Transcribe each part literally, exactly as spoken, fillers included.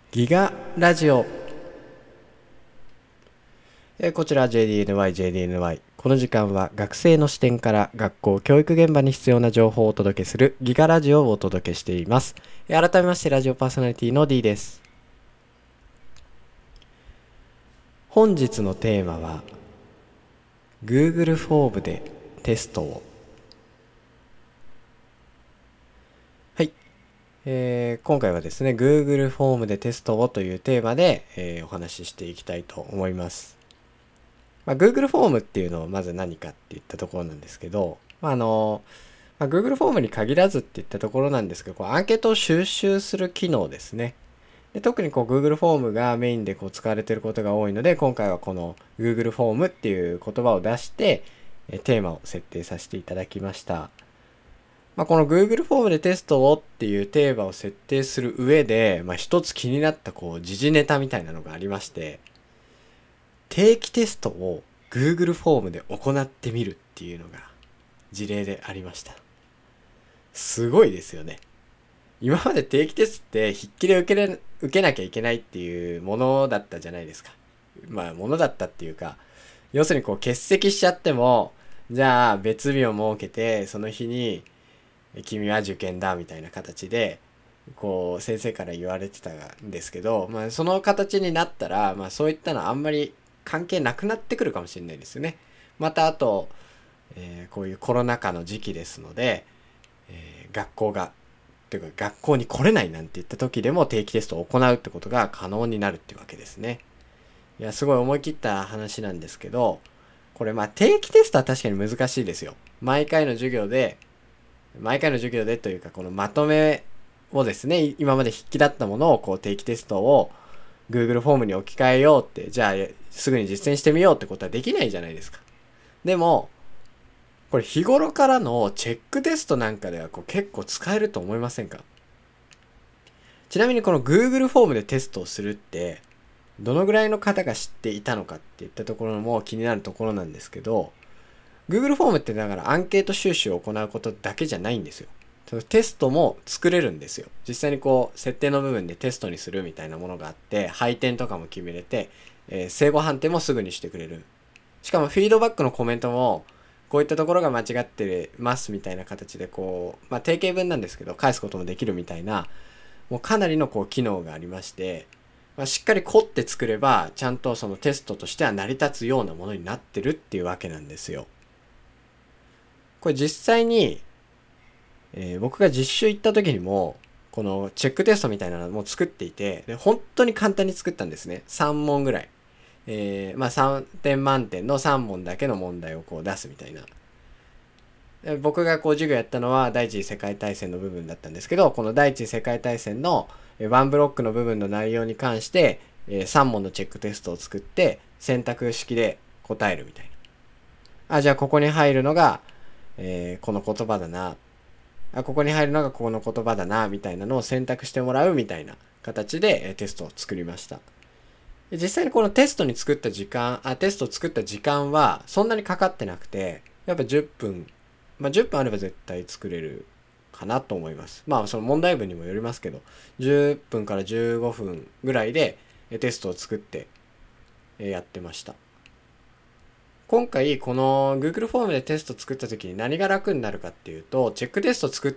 ギガラジオ。えーこちら ジェーディーエヌワイ、ジェーディーエヌワイ。この時間は学生の視点から学校教育現場に必要な情報をお届けするギガラジオをお届けしています。えー改めましてラジオパーソナリティの D です。本日のテーマは Google フォームでテストを。はい、えー今回はですね Google フォームでテストをというテーマで、えーお話ししていきたいと思います。まあ、Google フォームっていうのはまず何かっていったところなんですけど、まああのまあ、Google フォームに限らずっていったところなんですけど、こうアンケートを収集する機能ですね。で特にこう Google フォームがメインでこう使われていることが多いので、今回はこの Google フォームっていう言葉を出してえテーマを設定させていただきました。まあ、この Google フォームでテストをっていうテーマを設定する上で、まあ、一つ気になったこう時事ネタみたいなのがありまして、定期テストを Google フォームで行ってみるっていうのが事例でありました。すごいですよね。今まで定期テストって筆記で受けれ受けなきゃいけないっていうものだったじゃないですか。まあものだったっていうか、要するにこう欠席しちゃっても、じゃあ別日を設けてその日に君は受験だみたいな形でこう先生から言われてたんですけど、まあその形になったら、まあそういったのはあんまり関係なくなってくるかもしれないですよね。またあと、えーこういうコロナ禍の時期ですので、えー学校がというか学校に来れないなんて言った時でも定期テストを行うってことが可能になるっていうわけですね。いやすごい思い切った話なんですけど、これまあ定期テストは確かに難しいですよ。毎回の授業で毎回の授業でというかこのまとめをですね、今まで筆記だったものをこう定期テストを Google フォームに置き換えようって、じゃあすぐに実践してみようってことはできないじゃないですか。でもこれ日頃からのチェックテストなんかではこう結構使えると思いませんか？ちなみにこの Google フォームでテストをするってどのぐらいの方が知っていたのかっていったところも気になるところなんですけど、 Google フォームってだからアンケート収集を行うことだけじゃないんですよ。テストも作れるんですよ。実際にこう設定の部分でテストにするみたいなものがあって、配点とかも決めれて、えー正誤判定もすぐにしてくれる。しかもフィードバックのコメントもこういったところが間違ってますみたいな形でこう、まあ定型文なんですけど返すこともできるみたいな、もうかなりのこう機能がありまして、まあ、しっかり凝って作ればちゃんとそのテストとしては成り立つようなものになってるっていうわけなんですよ。これ実際に、えー僕が実習行った時にもこのチェックテストみたいなのも作っていて、で本当に簡単に作ったんですね。さん問ぐらい、えーまあさんてん満点のさん問だけの問題をこう出すみたいな。僕がこう授業やったのは第一次世界大戦の部分だったんですけど、この第一次世界大戦のワンブロックの部分の内容に関してさん問のチェックテストを作って選択式で答えるみたいな。あ、じゃあここに入るのが、えーこの言葉だな。あ、ここに入るのがここの言葉だなみたいなのを選択してもらうみたいな形でテストを作りました。実際にこのテストに作った時間、あ、テストを作った時間はそんなにかかってなくて、やっぱじゅっぷん、まあじゅっぷんあれば絶対作れるかなと思います。まあその問題文にもよりますけど、じゅっぷんからじゅうごふんぐらいでテストを作ってやってました。今回この Google フォームでテスト作った時に何が楽になるかっていうと、チェックテスト作って、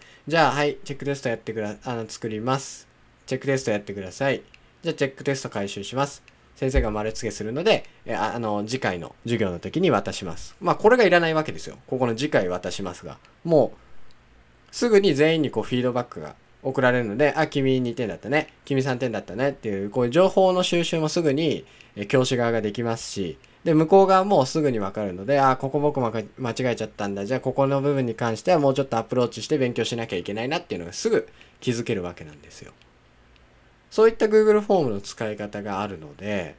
じゃあはいチェックテストやってくだあの作ります。チェックテストやってください。じゃあチェックテスト回収します。先生が丸付けするので、えああの次回の授業の時に渡します。まあこれがいらないわけですよ。ここの次回渡しますが、もうすぐに全員にこうフィードバックが送られるので、あ、君にてんだったね、君さんてんだったねっていう、こういう情報の収集もすぐに教師側ができますし、で向こう側もすぐに分かるので、あ、ここ僕間違えちゃったんだ、じゃあここの部分に関してはもうちょっとアプローチして勉強しなきゃいけないなっていうのがすぐ気づけるわけなんですよ。そういった Google フォームの使い方があるので、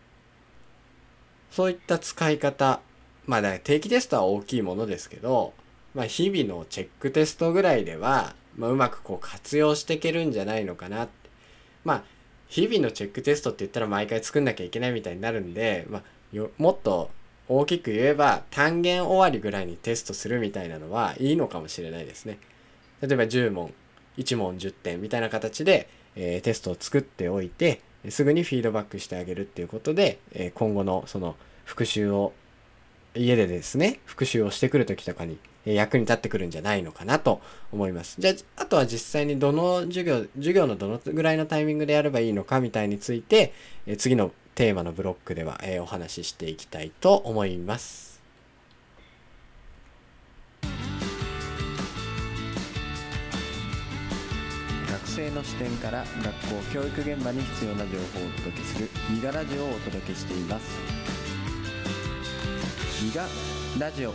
そういった使い方、まあだから定期テストは大きいものですけど、まあ日々のチェックテストぐらいでは、まあ、うまくこう活用していけるんじゃないのかなって。まあ日々のチェックテストって言ったら毎回作んなきゃいけないみたいになるんで、まあよもっと大きく言えば単元終わりぐらいにテストするみたいなのはいいのかもしれないですね。例えばじゅう問、いち問じゅってんみたいな形でえー、テストを作っておいて、すぐにフィードバックしてあげるっていうことで、えー、今後のその復習を家でですね復習をしてくるときとかに役に立ってくるんじゃないのかなと思います。じゃあ、あとは実際にどの授業授業のどのぐらいのタイミングでやればいいのかみたいについて、えー、次のテーマのブロックでは、えー、お話ししていきたいと思います。 学生の視点から学校教育現場に必要な情報をお届けするギガラジオをお届けしています。ギガラジオ。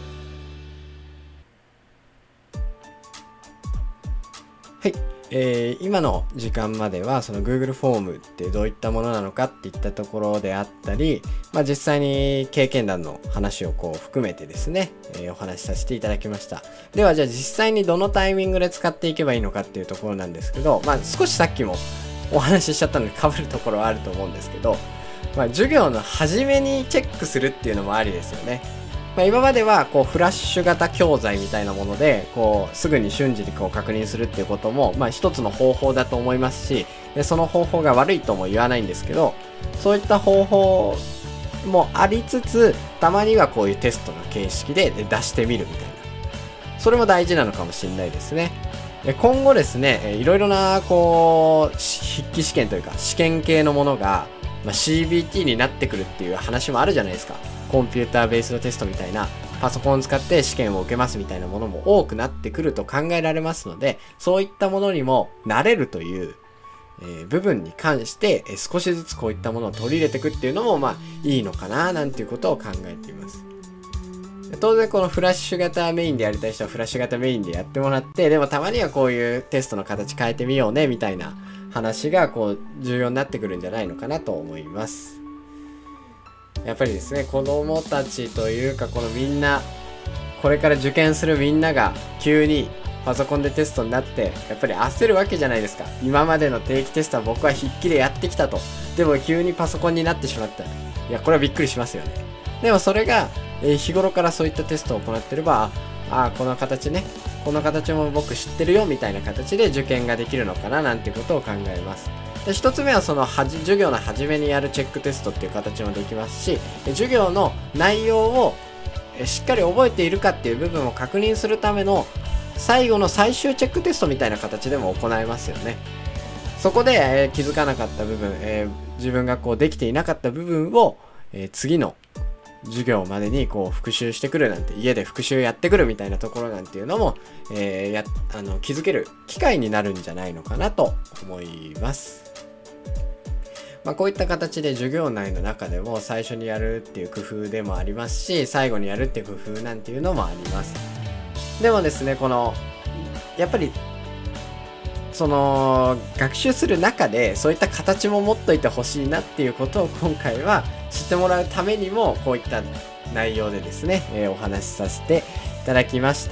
はい、えー、今の時間まではその Google フォームってどういったものなのかっていったところであったり、まあ、実際に経験談の話をこう含めてですね、えー、お話しさせていただきました。ではじゃあ実際にどのタイミングで使っていけばいいのかっていうところなんですけど、まあ、少しさっきもお話ししちゃったので被るところはあると思うんですけど、まあ、授業の初めにチェックするっていうのもありですよね。まあ、今まではこうフラッシュ型教材みたいなものでこうすぐに瞬時にこう確認するっていうことも、まあ、一つの方法だと思いますし、でその方法が悪いとも言わないんですけど、そういった方法もありつつ、たまにはこういうテストの形式で出してみるみたいな、それも大事なのかもしれないですね。で今後ですね、いろいろなこう筆記試験というか試験系のものが、まあ、シービーティー になってくるっていう話もあるじゃないですか。コンピューターベースのテストみたいな、パソコンを使って試験を受けますみたいなものも多くなってくると考えられますので、そういったものにも慣れるという、えー、部分に関して、えー、少しずつこういったものを取り入れていくっていうのもまあいいのかななんていうことを考えています。当然このフラッシュ型メインでやりたい人はフラッシュ型メインでやってもらって、でもたまにはこういうテストの形変えてみようねみたいな話がこう重要になってくるんじゃないのかなと思います。やっぱりですね、子供たちというかこのみんな、これから受験するみんなが急にパソコンでテストになってやっぱり焦るわけじゃないですか。今までの定期テストは僕は筆記でやってきたと、でも急にパソコンになってしまった、いやこれはびっくりしますよね。でもそれが、えー、日頃からそういったテストを行ってれば、ああこの形ね、この形も僕知ってるよみたいな形で受験ができるのかななんていうことを考えます。で一つ目はそのはじ授業の初めにやるチェックテストっていう形もできますし、授業の内容をしっかり覚えているかっていう部分を確認するための最後の最終チェックテストみたいな形でも行えますよね。そこで、えー、気づかなかった部分、えー、自分がこうできていなかった部分を、えー、次の授業までにこう復習してくるなんて、家で復習やってくるみたいなところなんていうのも、えー、やあの気づける機会になるんじゃないのかなと思います。まあ、こういった形で授業内の中でも最初にやるっていう工夫でもありますし、最後にやるっていう工夫なんていうのもあります。でもですね、このやっぱりその学習する中でそういった形も持っといてほしいなっていうことを今回は知ってもらうためにもこういった内容でですね、えー、お話しさせていただきました。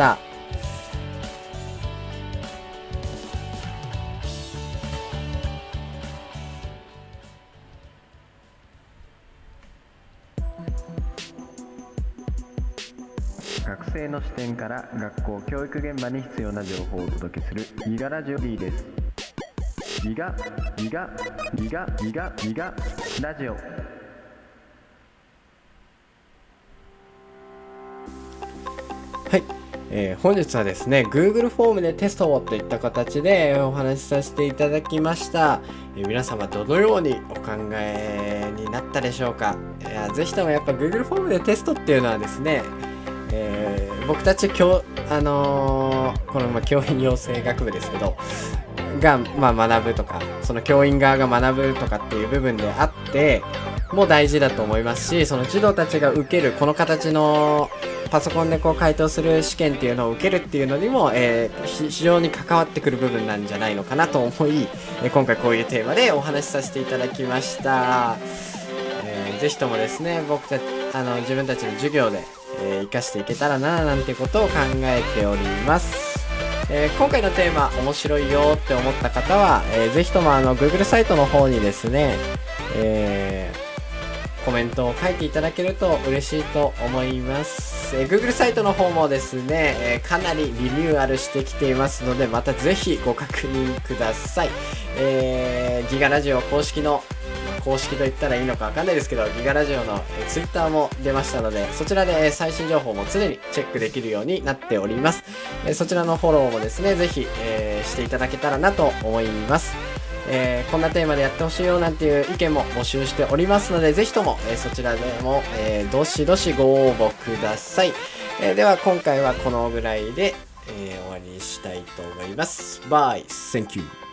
学生の視点から学校教育現場に必要な情報をお届けするギガラジオ D です。ギガギガギガギガギガラジオ。 はい、えー、本日はですね Google フォームでテストをといった形でお話しさせていただきました。えー、皆様どのようにお考えになったでしょうか。いやぜひともやっぱ Google フォームでテストっていうのはですね、えー、僕たち教、あのー、このまあ教員養成学部ですけどが、まあ、学ぶとか、その教員側が学ぶとかっていう部分であっても大事だと思いますし、その児童たちが受けるこの形のパソコンでこう回答する試験っていうのを受けるっていうのにも、えー、非常に関わってくる部分なんじゃないのかなと思い、えー、今回こういうテーマでお話しさせていただきました。えー、ぜひともですね僕たちあの自分たちの授業で、えー、活かしていけたらななんてことを考えております。えー、今回のテーマ面白いよって思った方は、えー、ぜひともあの Google サイトの方にですね、えーコメントを書いていただけると嬉しいと思います。えー、Google サイトの方もですね、えー、かなりリニューアルしてきていますので、またぜひご確認ください。えー、ギガラジオ公式の公式と言ったらいいのかわかんないですけど、ギガラジオのえ Twitter も出ましたので、そちらで最新情報も常にチェックできるようになっております。えそちらのフォローもですね、ぜひ、えー、していただけたらなと思います。えー、こんなテーマでやってほしいよなんていう意見も募集しておりますので、ぜひとも、えー、そちらでも、えー、どしどしご応募ください。えー、では今回はこのぐらいで、えー、終わりにしたいと思います。Bye! Thank you!